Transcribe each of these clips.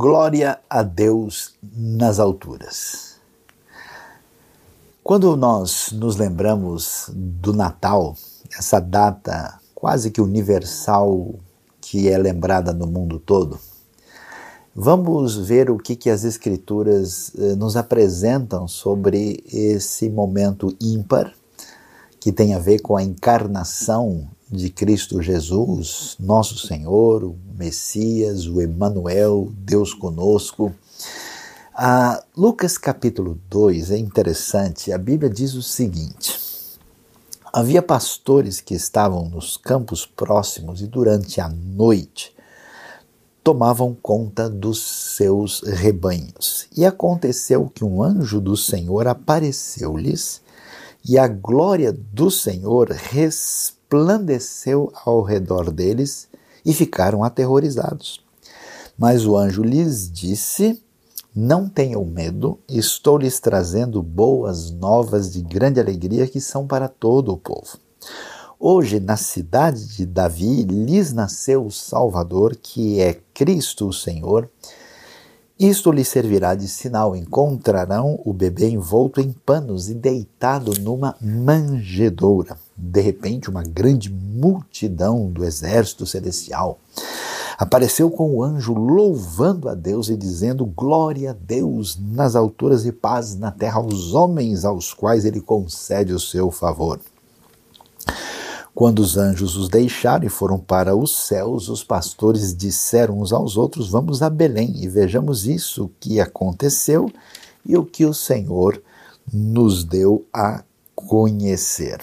Glória a Deus nas alturas. Quando nós nos lembramos do Natal, essa data quase que universal que é lembrada no mundo todo, vamos ver o que as Escrituras nos apresentam sobre esse momento ímpar, que tem a ver com a encarnação de Cristo Jesus, nosso Senhor, o Messias, o Emanuel, Deus conosco. Lucas capítulo 2 é interessante, a Bíblia diz o seguinte: havia pastores que estavam nos campos próximos e durante a noite tomavam conta dos seus rebanhos. E aconteceu que um anjo do Senhor apareceu-lhes e a glória do Senhor resplandeceu ao redor deles e ficaram aterrorizados. Mas o anjo lhes disse: não tenham medo, estou lhes trazendo boas novas de grande alegria que são para todo o povo. Hoje, na cidade de Davi, lhes nasceu o Salvador, que é Cristo o Senhor. Isto lhes servirá de sinal: encontrarão o bebê envolto em panos e deitado numa manjedoura. De repente, uma grande multidão do exército celestial apareceu com o anjo, louvando a Deus e dizendo: glória a Deus nas alturas e paz na terra aos homens aos quais ele concede o seu favor. Quando os anjos os deixaram e foram para os céus, os pastores disseram uns aos outros: vamos a Belém e vejamos isso que aconteceu e o que o Senhor nos deu a conhecer.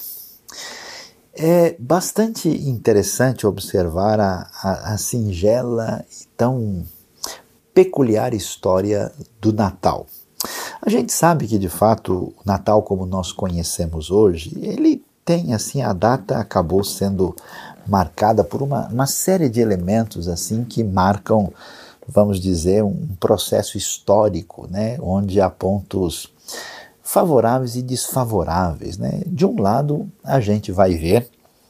É bastante interessante observar a singela e tão peculiar história do Natal. A gente sabe que, de fato, o Natal como nós conhecemos hoje, ele tem, assim, a data acabou sendo marcada por uma série de elementos, assim, que marcam, vamos dizer, um processo histórico, né, onde há pontos favoráveis e desfavoráveis, né? De um lado, a gente vai ver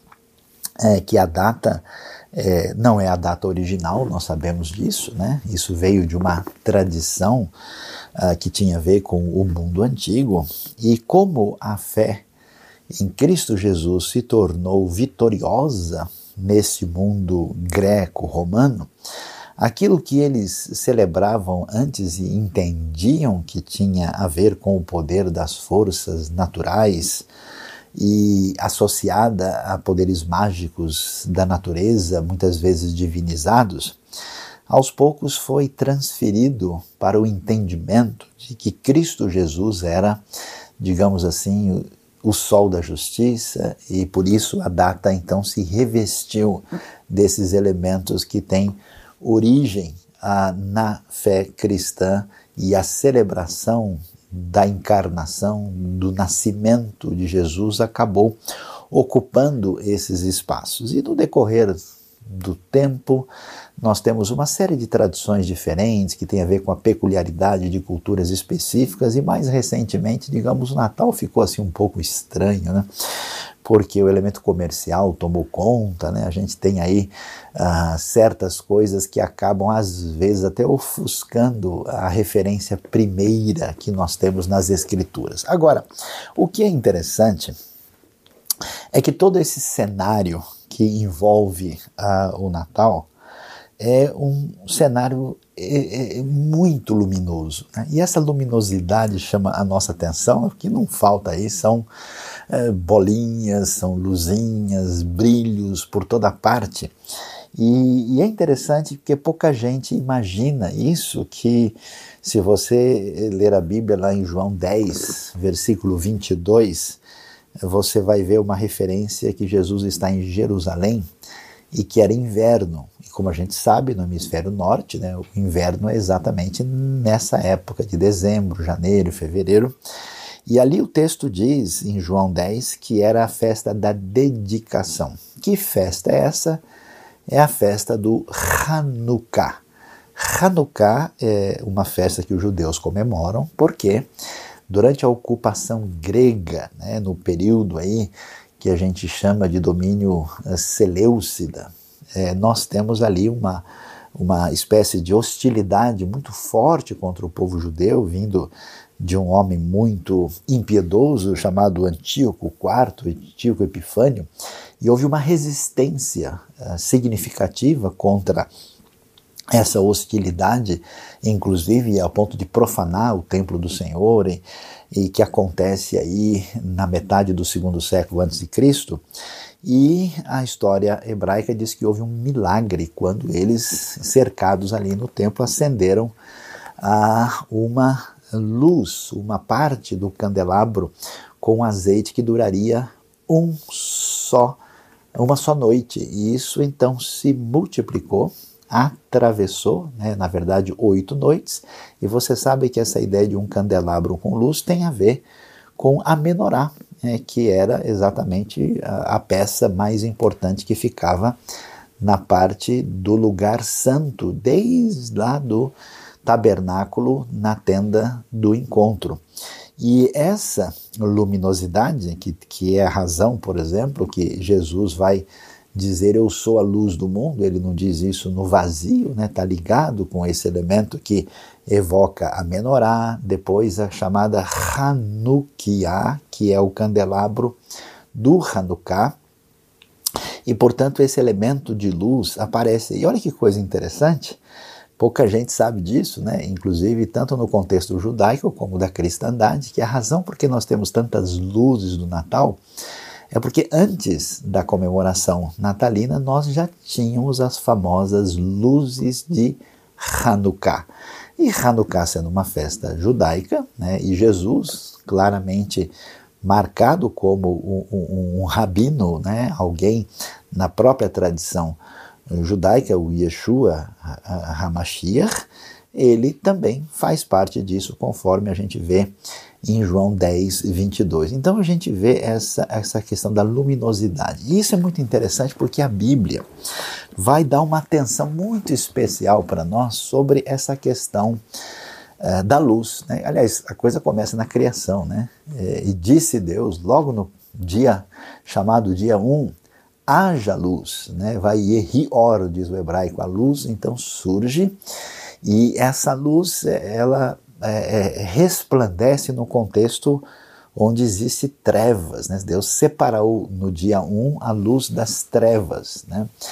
que a data não é a data original, nós sabemos disso, né? Isso veio de uma tradição que tinha a ver com o mundo antigo, e como a fé em Cristo Jesus se tornou vitoriosa nesse mundo greco-romano, aquilo que eles celebravam antes e entendiam que tinha a ver com o poder das forças naturais e associada a poderes mágicos da natureza, muitas vezes divinizados, aos poucos foi transferido para o entendimento de que Cristo Jesus era, digamos assim, o sol da justiça, e por isso a data então se revestiu desses elementos que têm origem na fé cristã, e a celebração da encarnação, do nascimento de Jesus acabou ocupando esses espaços. E no decorrer do tempo, nós temos uma série de tradições diferentes que tem a ver com a peculiaridade de culturas específicas, e mais recentemente, digamos, o Natal ficou assim um pouco estranho, né? Porque o elemento comercial tomou conta, né? A gente tem aí certas coisas que acabam, às vezes, até ofuscando a referência primeira que nós temos nas Escrituras. Agora, o que é interessante é que todo esse cenário que envolve o Natal é um cenário muito luminoso, né? E essa luminosidade chama a nossa atenção, porque não falta aí, são bolinhas, são luzinhas, brilhos por toda parte. E é interessante porque pouca gente imagina isso, que se você ler a Bíblia lá em João 10, versículo 22, você vai ver uma referência que Jesus está em Jerusalém e que era inverno. E como a gente sabe, no hemisfério norte, né, o inverno é exatamente nessa época de dezembro, janeiro, fevereiro. E ali o texto diz, em João 10, que era a festa da dedicação. Que festa é essa? É a festa do Hanukkah. Hanukkah é uma festa que os judeus comemoram porque durante a ocupação grega, né, no período aí que a gente chama de domínio Seleucida, nós temos ali uma espécie de hostilidade muito forte contra o povo judeu, vindo de um homem muito impiedoso chamado Antíoco IV, Antíoco Epifânio, e houve uma resistência significativa contra essa hostilidade, inclusive ao ponto de profanar o templo do Senhor, e que acontece aí na metade do segundo século antes de Cristo. E a história hebraica diz que houve um milagre quando eles, cercados ali no templo, acenderam uma luz, uma parte do candelabro com azeite que duraria uma só noite. E isso então se multiplicou, atravessou, na verdade, 8 noites, e você sabe que essa ideia de um candelabro com luz tem a ver com a menorá, que era exatamente a peça mais importante que ficava na parte do lugar santo, desde lá do tabernáculo na tenda do encontro. E essa luminosidade, que é a razão, por exemplo, que Jesus vai dizer eu sou a luz do mundo, ele não diz isso no vazio, está ligado com esse elemento que evoca a menorá, depois a chamada Hanukkah, que é o candelabro do Hanukkah, e portanto esse elemento de luz aparece. E olha que coisa interessante, pouca gente sabe disso, inclusive tanto no contexto judaico como da cristandade, que a razão por que nós temos tantas luzes do Natal é porque antes da comemoração natalina nós já tínhamos as famosas luzes de Hanukkah. E Hanukkah sendo uma festa judaica, e Jesus claramente marcado como um rabino, alguém na própria tradição judaica, o Yeshua HaMashiach, ele também faz parte disso, conforme a gente vê em João 10, 22. Então a gente vê essa questão da luminosidade. E isso é muito interessante porque a Bíblia vai dar uma atenção muito especial para nós sobre essa questão da luz. Aliás, a coisa começa na criação. E disse Deus, logo no dia chamado dia 1, haja luz. Vai Yehi Or, diz o hebraico, a luz então surge. E essa luz, ela resplandece no contexto onde existe trevas. Deus separou no dia 1 a luz das trevas.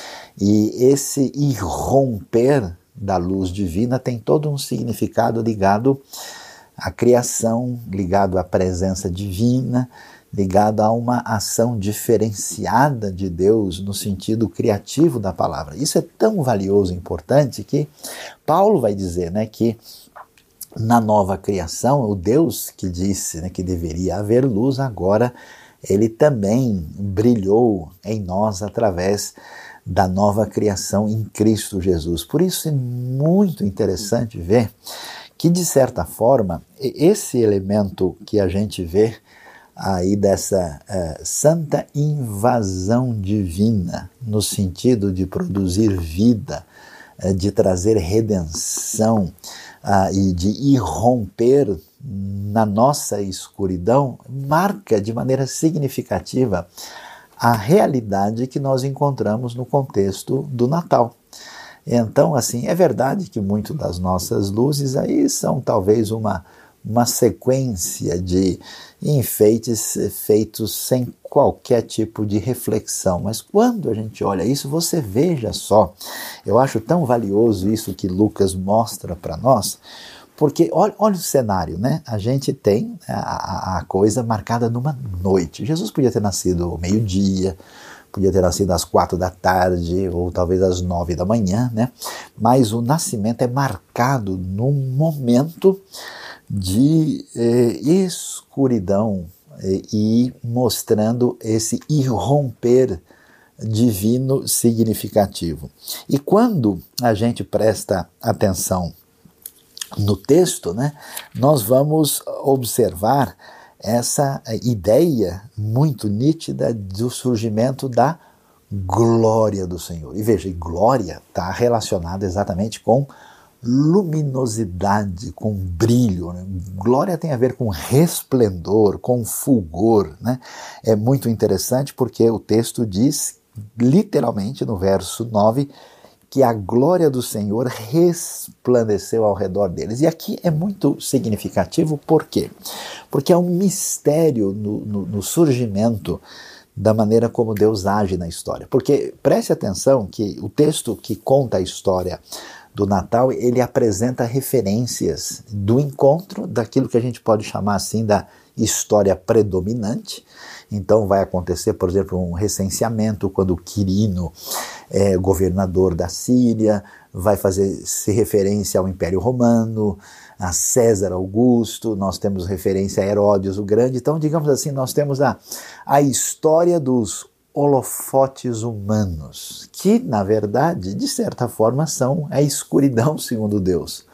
E esse irromper da luz divina tem todo um significado ligado à criação, ligado à presença divina, ligado a uma ação diferenciada de Deus no sentido criativo da palavra. Isso é tão valioso e importante que Paulo vai dizer que na nova criação, o Deus que disse que deveria haver luz, agora ele também brilhou em nós através da nova criação em Cristo Jesus. Por isso é muito interessante ver que, de certa forma, esse elemento que a gente vê aí dessa santa invasão divina, no sentido de produzir vida, de trazer redenção e de irromper na nossa escuridão, marca de maneira significativa a realidade que nós encontramos no contexto do Natal. Então, assim, é verdade que muito das nossas luzes aí são talvez uma sequência de enfeites feitos sem qualquer tipo de reflexão. Mas quando a gente olha isso, você veja só, eu acho tão valioso isso que Lucas mostra para nós, porque olha o cenário, a gente tem a coisa marcada numa noite. Jesus podia ter nascido ao meio-dia, podia ter nascido às 4 da tarde, ou talvez às 9 da manhã, mas o nascimento é marcado num momento de escuridão e mostrando esse irromper divino significativo. E quando a gente presta atenção no texto, nós vamos observar essa ideia muito nítida do surgimento da glória do Senhor. E veja, glória está relacionada exatamente com luminosidade, com brilho. Glória tem a ver com resplendor, com fulgor. É muito interessante porque o texto diz, literalmente no verso 9, que a glória do Senhor resplandeceu ao redor deles. E aqui é muito significativo, por quê? Porque é um mistério no surgimento da maneira como Deus age na história. Porque preste atenção que o texto que conta a história do Natal, ele apresenta referências do encontro daquilo que a gente pode chamar assim da história predominante. Então vai acontecer, por exemplo, um recenseamento quando Quirino é governador da Síria, vai fazer-se referência ao Império Romano, a César Augusto, nós temos referência a Herodes o Grande. Então, digamos assim, nós temos a história dos holofotes humanos, que, na verdade, de certa forma, são a escuridão segundo Deus.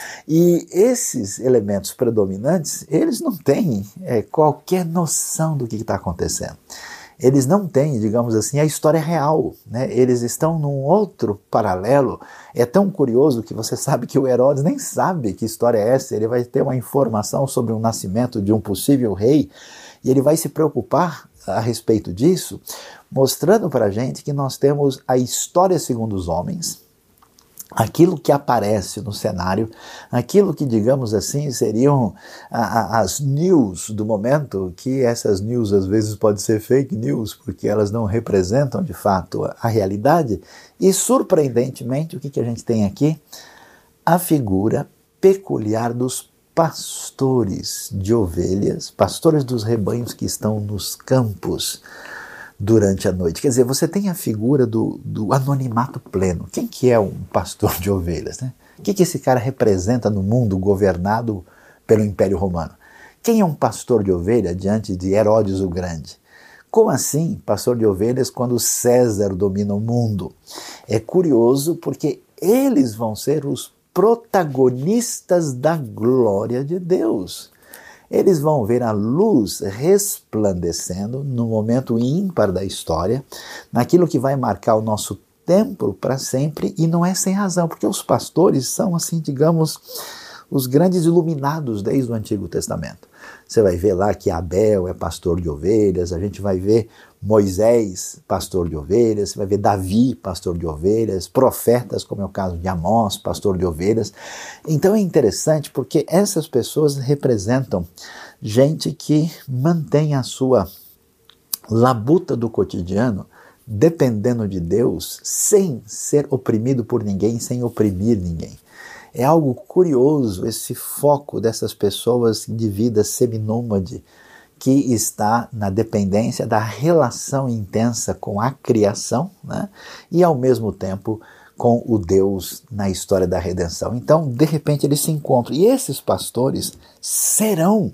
E esses elementos predominantes, eles não têm qualquer noção do que está acontecendo. Eles não têm, digamos assim, a história real, né? Eles estão num outro paralelo. É tão curioso que você sabe que o Herodes nem sabe que história é essa. Ele vai ter uma informação sobre o nascimento de um possível rei e ele vai se preocupar a respeito disso, mostrando para a gente que nós temos a história segundo os homens, aquilo que aparece no cenário, aquilo que, digamos assim, seriam as news do momento, que essas news às vezes podem ser fake news, porque elas não representam de fato a realidade. E surpreendentemente, o que a gente tem aqui? A figura peculiar dos pastores de ovelhas, pastores dos rebanhos que estão nos campos durante a noite. Quer dizer, você tem a figura do anonimato pleno. Quem que é um pastor de ovelhas, né? O que esse cara representa no mundo governado pelo Império Romano? Quem é um pastor de ovelha diante de Herodes o Grande? Como assim, pastor de ovelhas, quando César domina o mundo? É curioso porque eles vão ser os protagonistas da glória de Deus. Eles vão ver a luz resplandecendo no momento ímpar da história, naquilo que vai marcar o nosso tempo para sempre, e não é sem razão, porque os pastores são, assim, digamos, os grandes iluminados desde o Antigo Testamento. Você vai ver lá que Abel é pastor de ovelhas, a gente vai ver Moisés, pastor de ovelhas, você vai ver Davi, pastor de ovelhas, profetas, como é o caso de Amós, pastor de ovelhas. Então é interessante porque essas pessoas representam gente que mantém a sua labuta do cotidiano dependendo de Deus, sem ser oprimido por ninguém, sem oprimir ninguém. É algo curioso esse foco dessas pessoas de vida seminômade, que está na dependência da relação intensa com a criação, né? E ao mesmo tempo com o Deus na história da redenção. Então, de repente, eles se encontram. E esses pastores serão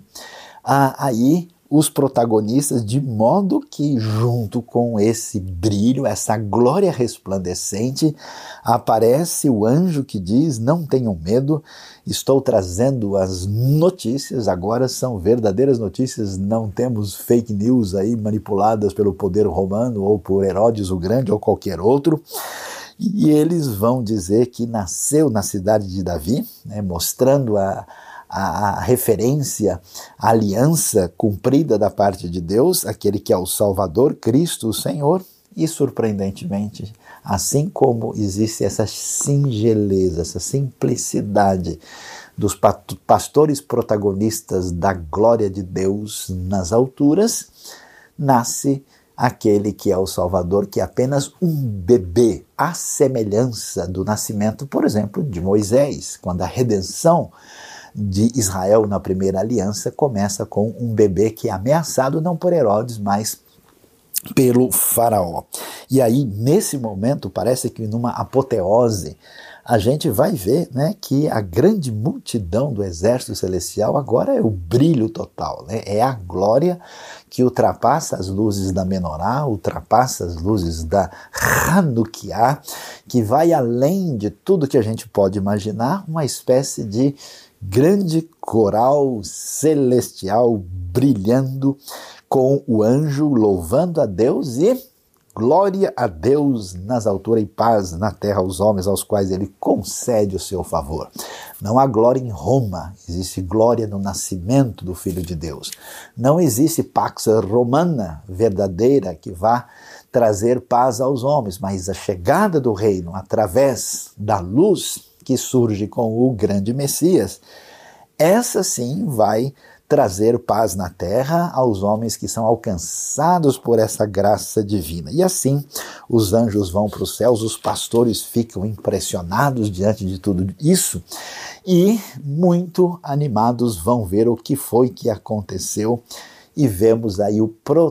aí os protagonistas, de modo que, junto com esse brilho, essa glória resplandecente, aparece o anjo que diz: não tenham medo, estou trazendo as notícias, agora são verdadeiras notícias, não temos fake news aí manipuladas pelo poder romano ou por Herodes o Grande ou qualquer outro. E eles vão dizer que nasceu na cidade de Davi, né, mostrando a referência, a aliança cumprida da parte de Deus, aquele que é o Salvador, Cristo, o Senhor. E surpreendentemente, assim como existe essa singeleza, essa simplicidade dos pastores protagonistas da glória de Deus nas alturas, nasce aquele que é o Salvador, que é apenas um bebê, à semelhança do nascimento, por exemplo, de Moisés, quando a redenção de Israel na primeira aliança começa com um bebê que é ameaçado não por Herodes, mas pelo faraó. E aí, nesse momento, parece que numa apoteose, a gente vai ver, né, que a grande multidão do exército celestial agora é o brilho total, né? É a glória que ultrapassa as luzes da menorá, ultrapassa as luzes da Hanukkah, que vai além de tudo que a gente pode imaginar, uma espécie de grande coral celestial brilhando com o anjo louvando a Deus e glória a Deus nas alturas e paz na terra aos homens aos quais ele concede o seu favor. Não há glória em Roma, existe glória no nascimento do Filho de Deus. Não existe pax romana verdadeira que vá trazer paz aos homens, mas a chegada do reino através da luz que surge com o grande Messias, essa sim vai trazer paz na terra aos homens que são alcançados por essa graça divina. E assim, os anjos vão para os céus, os pastores ficam impressionados diante de tudo isso e muito animados vão ver o que foi que aconteceu e vemos aí o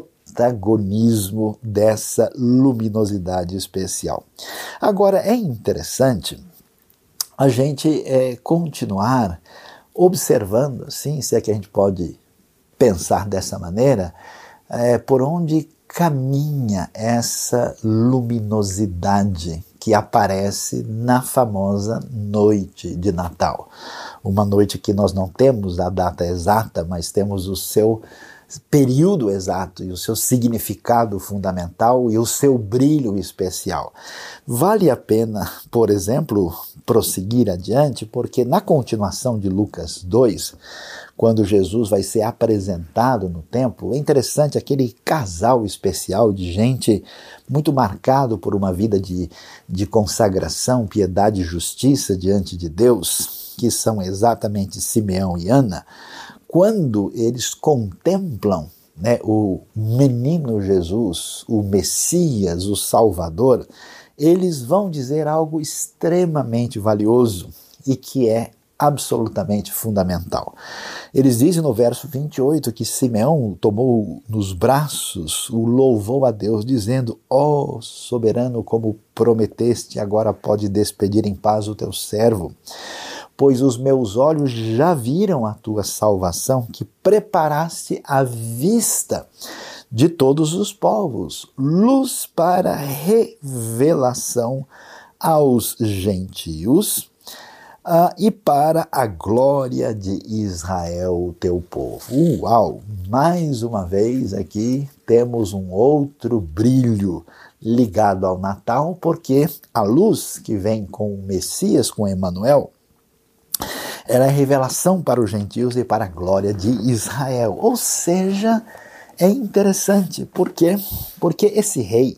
protagonismo dessa luminosidade especial. Agora, é interessante a gente continuar observando, assim, se é que a gente pode pensar dessa maneira, por onde caminha essa luminosidade que aparece na famosa noite de Natal. Uma noite que nós não temos a data exata, mas temos o seu período exato e o seu significado fundamental e o seu brilho especial. Vale a pena, por exemplo, prosseguir adiante, porque na continuação de Lucas 2, quando Jesus vai ser apresentado no templo, é interessante aquele casal especial de gente muito marcado por uma vida de consagração, piedade e justiça diante de Deus, que são exatamente Simeão e Ana. Quando eles contemplam, né, o menino Jesus, o Messias, o Salvador, eles vão dizer algo extremamente valioso e que é absolutamente fundamental. Eles dizem no verso 28 que Simeão tomou nos braços, o louvou a Deus, dizendo: ó soberano, como prometeste, agora pode despedir em paz o teu servo. Pois os meus olhos já viram a tua salvação, que preparaste à vista de todos os povos, luz para revelação aos gentios e para a glória de Israel, teu povo. Uau! Mais uma vez aqui temos um outro brilho ligado ao Natal, porque a luz que vem com o Messias, com Emanuel, ela é revelação para os gentios e para a glória de Israel. Ou seja, é interessante. Por quê? Porque esse rei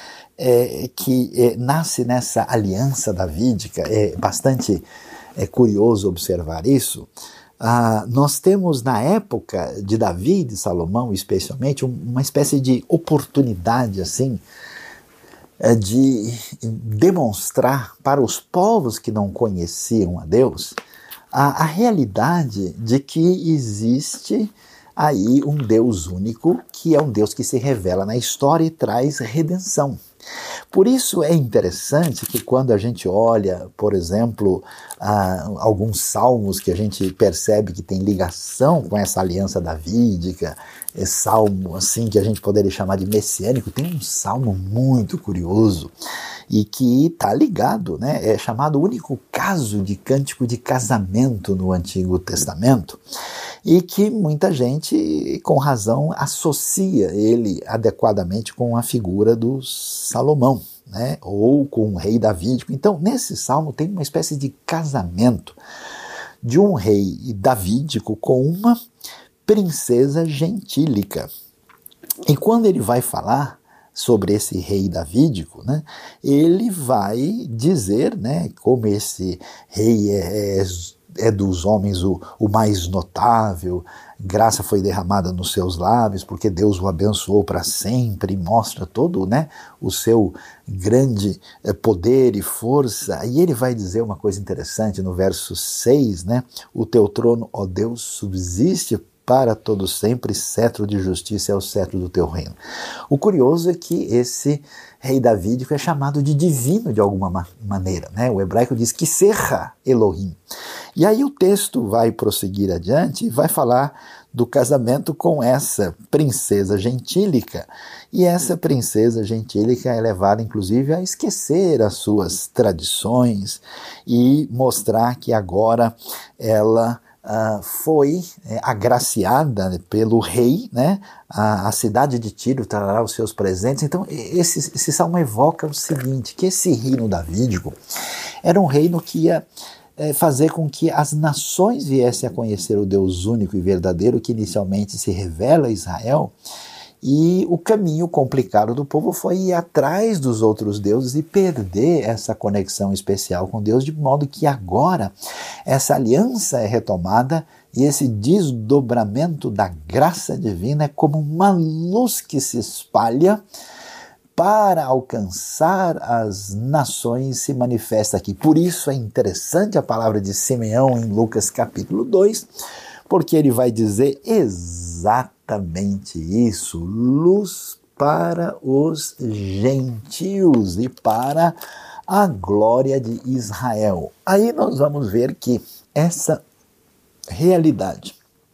que nasce nessa aliança davídica, é bastante curioso observar isso. Nós temos na época de Davi e de Salomão, especialmente, uma espécie de oportunidade assim, de demonstrar para os povos que não conheciam a Deus a realidade de que existe aí um Deus único, que é um Deus que se revela na história e traz redenção. Por isso é interessante que quando a gente olha, por exemplo, alguns salmos que a gente percebe que tem ligação com essa aliança davídica, salmo assim que a gente poderia chamar de messiânico, tem um salmo muito curioso e que está ligado, né? É chamado o único caso de cântico de casamento no Antigo Testamento, e que muita gente, com razão, associa ele adequadamente com a figura do Salomão, né? Ou com o rei davídico. Então, nesse salmo tem uma espécie de casamento de um rei davídico com uma princesa gentílica. E quando ele vai falar sobre esse rei davídico, né, ele vai dizer, né, como esse rei é dos homens o mais notável, graça foi derramada nos seus lábios, porque Deus o abençoou para sempre, e mostra todo, né, o seu grande poder e força. E ele vai dizer uma coisa interessante no verso 6, né, o teu trono, ó Deus, subsiste para todo sempre, cetro de justiça é o cetro do teu reino. O curioso é que esse rei davídico é chamado de divino de alguma maneira, né? O hebraico diz que serra Elohim. E aí o texto vai prosseguir adiante e vai falar do casamento com essa princesa gentílica. E essa princesa gentílica é levada, inclusive, a esquecer as suas tradições e mostrar que agora ela foi agraciada pelo rei, né? A cidade de Tiro trará os seus presentes. Então esse salmo evoca o seguinte, que esse reino davídico era um reino que ia fazer com que as nações viessem a conhecer o Deus único e verdadeiro que inicialmente se revela a Israel, E o caminho complicado do povo foi ir atrás dos outros deuses e perder essa conexão especial com Deus, de modo que agora essa aliança é retomada e esse desdobramento da graça divina é como uma luz que se espalha para alcançar as nações, se manifesta aqui. Por isso é interessante a palavra de Simeão em Lucas capítulo 2, porque ele vai dizer exatamente isso: luz para os gentios e para a glória de Israel. Aí nós vamos ver que essa realidade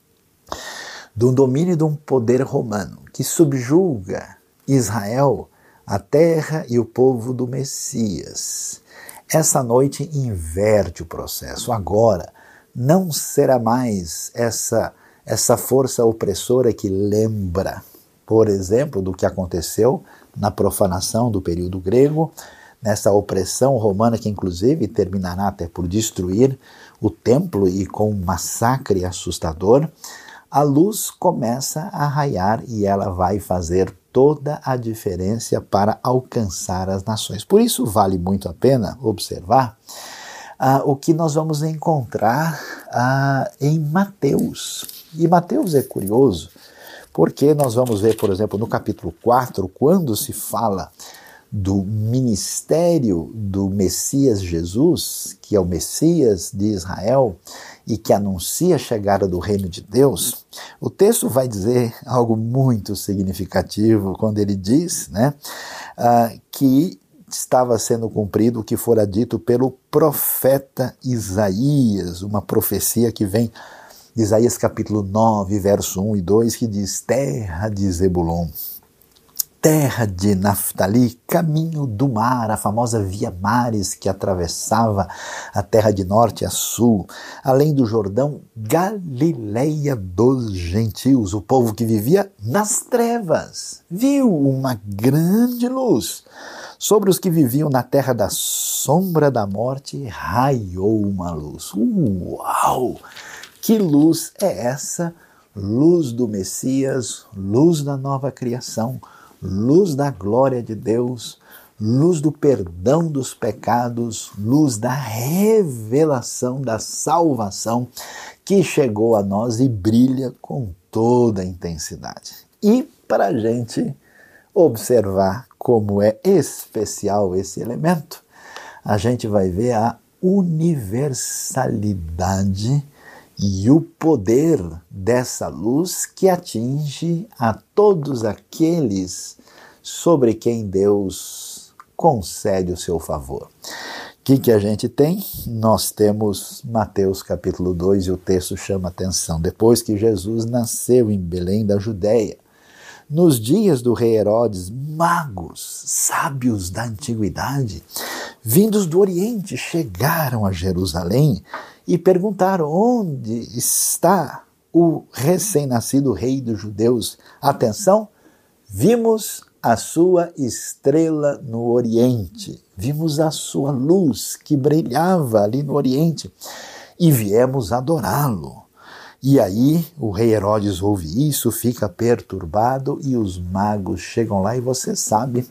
do domínio de um poder romano que subjuga Israel, a terra e o povo do Messias, essa noite inverte o processo. Agora não será mais essa força opressora que lembra, por exemplo, do que aconteceu na profanação do período grego, nessa opressão romana que inclusive terminará até por destruir o templo e com um massacre assustador. A luz começa a raiar e ela vai fazer toda a diferença para alcançar as nações. Por isso vale muito a pena observar o que nós vamos encontrar em Mateus. E Mateus é curioso, porque nós vamos ver, por exemplo, no capítulo 4, quando se fala do ministério do Messias Jesus, que é o Messias de Israel e que anuncia a chegada do reino de Deus, o texto vai dizer algo muito significativo quando ele diz, que estava sendo cumprido o que fora dito pelo profeta Isaías, uma profecia que vem de Isaías capítulo 9, verso 1 e 2, que diz: terra de Zebulon, terra de Naftali, caminho do mar, a famosa Via Maris que atravessava a terra de norte a sul, além do Jordão, Galileia dos gentios, o povo que vivia nas trevas, viu uma grande luz. Sobre os que viviam na terra da sombra da morte, raiou uma luz. Uau! Que luz é essa? Luz do Messias, luz da nova criação, luz da glória de Deus, luz do perdão dos pecados, luz da revelação da salvação que chegou a nós e brilha com toda a intensidade. E para a gente observar como é especial esse elemento, a gente vai ver a universalidade e o poder dessa luz que atinge a todos aqueles sobre quem Deus concede o seu favor. O que a gente tem? Nós temos Mateus capítulo 2 e o texto chama atenção. Depois que Jesus nasceu em Belém da Judéia, nos dias do rei Herodes, magos, sábios da antiguidade, vindos do Oriente, chegaram a Jerusalém e perguntaram: onde está o recém-nascido rei dos judeus? Atenção, vimos a sua estrela no Oriente, vimos a sua luz que brilhava ali no Oriente e viemos adorá-lo. E aí o rei Herodes ouve isso, fica perturbado e os magos chegam lá e você sabe,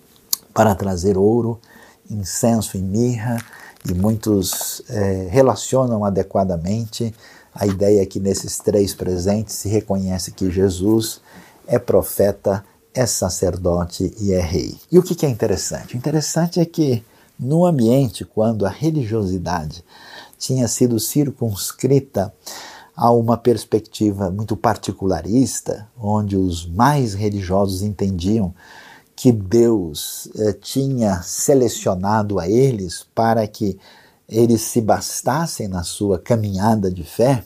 para trazer ouro, incenso e mirra, e muitos relacionam adequadamente a ideia que nesses três presentes se reconhece que Jesus é profeta, é sacerdote e é rei. E o que é interessante? O interessante é que no ambiente, quando a religiosidade tinha sido circunscrita a uma perspectiva muito particularista, onde os mais religiosos entendiam que Deus tinha selecionado a eles para que eles se bastassem na sua caminhada de fé,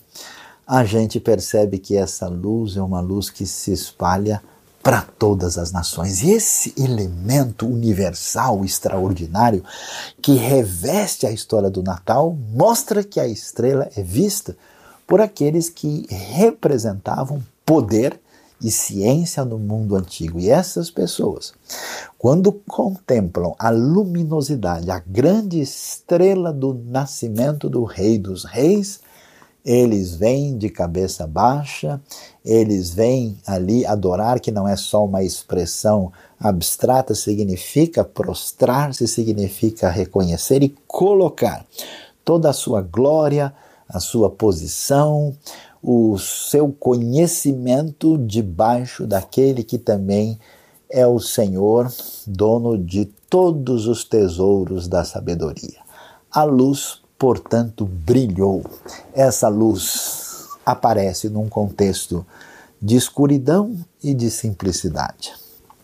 a gente percebe que essa luz é uma luz que se espalha para todas as nações. E esse elemento universal, extraordinário, que reveste a história do Natal, mostra que a estrela é vista por aqueles que representavam poder e ciência no mundo antigo. E essas pessoas, quando contemplam a luminosidade, a grande estrela do nascimento do Rei dos Reis, Eles vêm de cabeça baixa, eles vêm ali adorar, que não é só uma expressão abstrata, significa prostrar-se, significa reconhecer e colocar toda a sua glória, a sua posição, o seu conhecimento debaixo daquele que também é o Senhor, dono de todos os tesouros da sabedoria. A luz, portanto, brilhou. Essa luz aparece num contexto de escuridão e de simplicidade.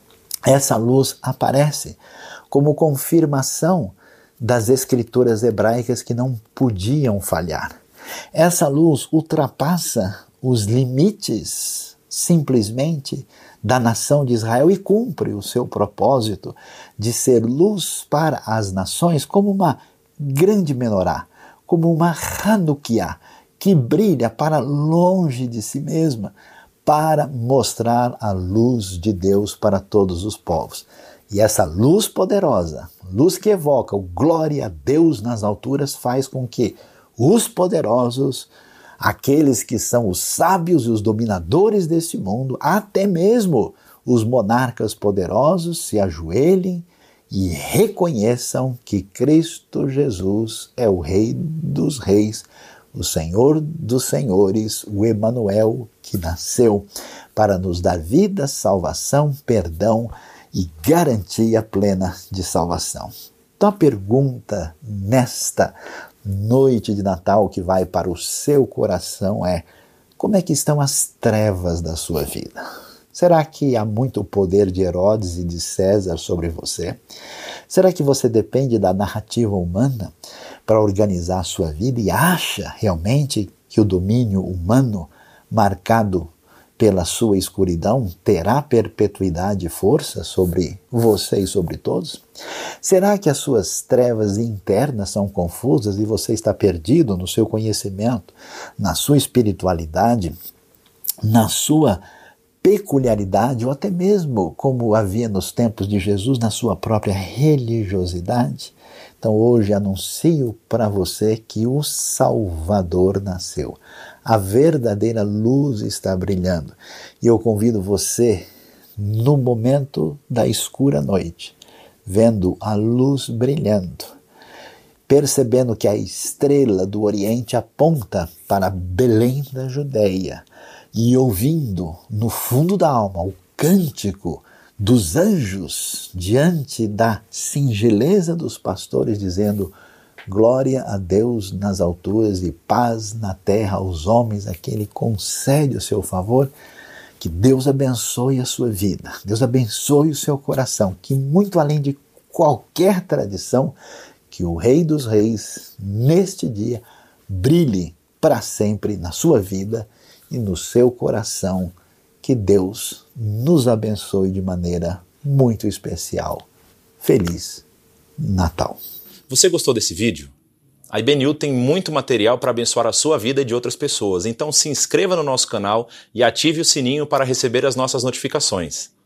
Essa luz aparece como confirmação das escrituras hebraicas que não podiam falhar. Essa luz ultrapassa os limites simplesmente da nação de Israel e cumpre o seu propósito de ser luz para as nações como uma grande menorá, como uma Hanukkah que brilha para longe de si mesma para mostrar a luz de Deus para todos os povos. E essa luz poderosa, luz que evoca o glória a Deus nas alturas, faz com que os poderosos, aqueles que são os sábios e os dominadores deste mundo, até mesmo os monarcas poderosos, se ajoelhem e reconheçam que Cristo Jesus é o Rei dos Reis, o Senhor dos Senhores, o Emanuel, que nasceu para nos dar vida, salvação, perdão e garantia plena de salvação. Então a pergunta nesta noite de Natal que vai para o seu coração é: como é que estão as trevas da sua vida? Será que há muito poder de Herodes e de César sobre você? Será que você depende da narrativa humana para organizar a sua vida e acha realmente que o domínio humano marcado pela sua escuridão terá perpetuidade e força sobre você e sobre todos? Será que as suas trevas internas são confusas e você está perdido no seu conhecimento, na sua espiritualidade, na sua peculiaridade, ou até mesmo, como havia nos tempos de Jesus, na sua própria religiosidade? Então hoje anuncio para você que o Salvador nasceu. A verdadeira luz está brilhando. E eu convido você, no momento da escura noite, vendo a luz brilhando, percebendo que a estrela do Oriente aponta para Belém da Judeia, e ouvindo no fundo da alma o cântico dos anjos diante da singeleza dos pastores, dizendo: glória a Deus nas alturas e paz na terra aos homens a quem Ele concede o seu favor. Que Deus abençoe a sua vida, Deus abençoe o seu coração, que muito além de qualquer tradição, que o Rei dos Reis, neste dia, brilhe para sempre na sua vida e no seu coração. Que Deus nos abençoe de maneira muito especial. Feliz Natal! Você gostou desse vídeo? A IBNU tem muito material para abençoar a sua vida e de outras pessoas, então se inscreva no nosso canal e ative o sininho para receber as nossas notificações.